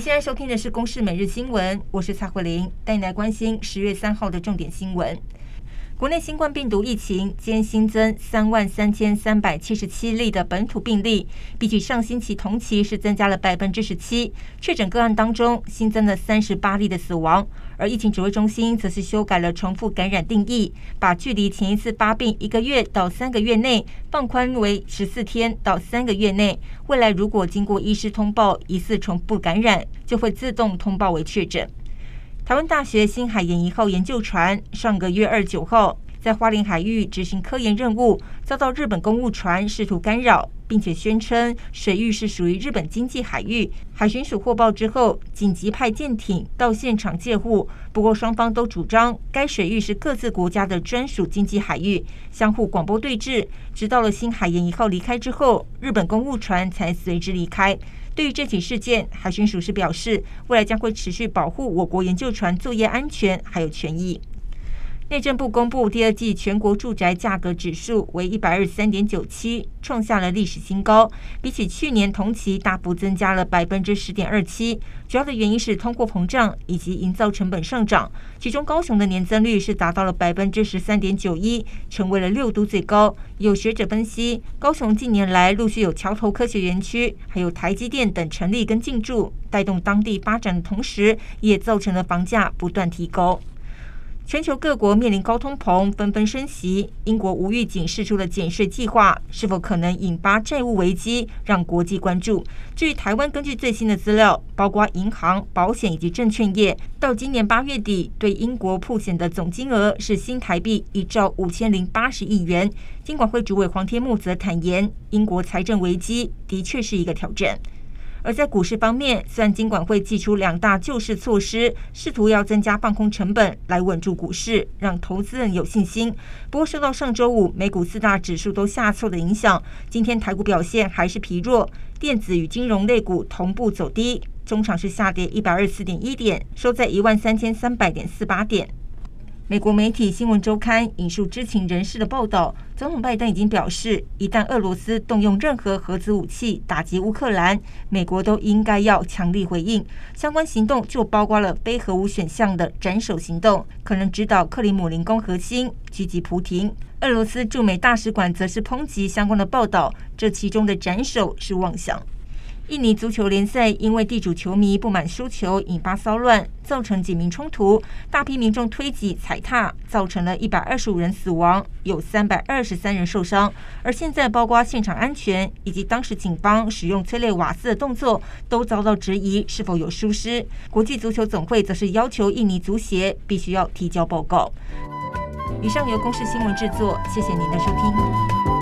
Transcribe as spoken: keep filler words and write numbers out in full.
现在收听的是公视每日新闻，我是蔡慧玲，带你来关心十月三号的重点新闻。国内新冠病毒疫情今天新增三万三千三百七十七例的本土病例，比起上星期同期是增加了百分之十七。确诊个案当中新增了三十八例的死亡，而疫情指挥中心则是修改了重复感染定义，把距离前一次发病一个月到三个月内放宽为十四天到三个月内。未来如果经过医师通报疑似重复感染，就会自动通报为确诊。台湾大学新海研一号研究船上个月二十九号在花莲海域执行科研任务，遭到日本公务船试图干扰，并且宣称水域是属于日本经济海域。海巡署获报之后，紧急派舰艇到现场戒护。不过双方都主张该水域是各自国家的专属经济海域，相互广播对峙。直到了新海研一号离开之后，日本公务船才随之离开。对于这起事件，海巡署是表示，未来将会持续保护我国研究船作业安全还有权益。内政部公布第二季全国住宅价格指数为 一百二十三点九七， 创下了历史新高，比起去年同期大幅增加了 百分之十点二七。 主要的原因是通货膨胀以及营造成本上涨，其中高雄的年增率是达到了 百分之十三点九一， 成为了六都最高。有学者分析，高雄近年来陆续有桥头科学园区还有台积电等成立跟进驻，带动当地发展的同时，也造成了房价不断提高。全球各国面临高通膨，纷纷升息。英国无预警释出了减税计划，是否可能引发债务危机，让国际关注。至于台湾，根据最新的资料，包括银行、保险以及证券业，到今年八月底对英国曝险的总金额是新台币一兆五千零八十亿元。金管会主委黄天牧则坦言，英国财政危机的确是一个挑战。而在股市方面，虽然金管会祭出两大救市措施，试图要增加放空成本来稳住股市，让投资人有信心。不过受到上周五美股四大指数都下挫的影响，今天台股表现还是疲弱，电子与金融类股同步走低，中场是下跌一百二十四点一点，收在一万三千三百点四八点。美国媒体新闻周刊引述知情人士的报道，总统拜登已经表示，一旦俄罗斯动用任何核子武器打击乌克兰，美国都应该要强力回应。相关行动就包括了非核武选项的斩首行动，可能指导克里姆林宫核心狙击普廷。俄罗斯驻美大使馆则是抨击相关的报道，这其中的斩首是妄想。印尼足球联赛因为地主球迷不满输球，引发骚乱，造成警民冲突，大批民众推挤踩踏，造成了一百二十五人死亡，有三百二十三人受伤。而现在包括现场安全以及当时警方使用催泪瓦斯的动作都遭到质疑是否有疏失。国际足球总会则是要求印尼足协必须要提交报告。以上由公视新闻制作，谢谢您的收听。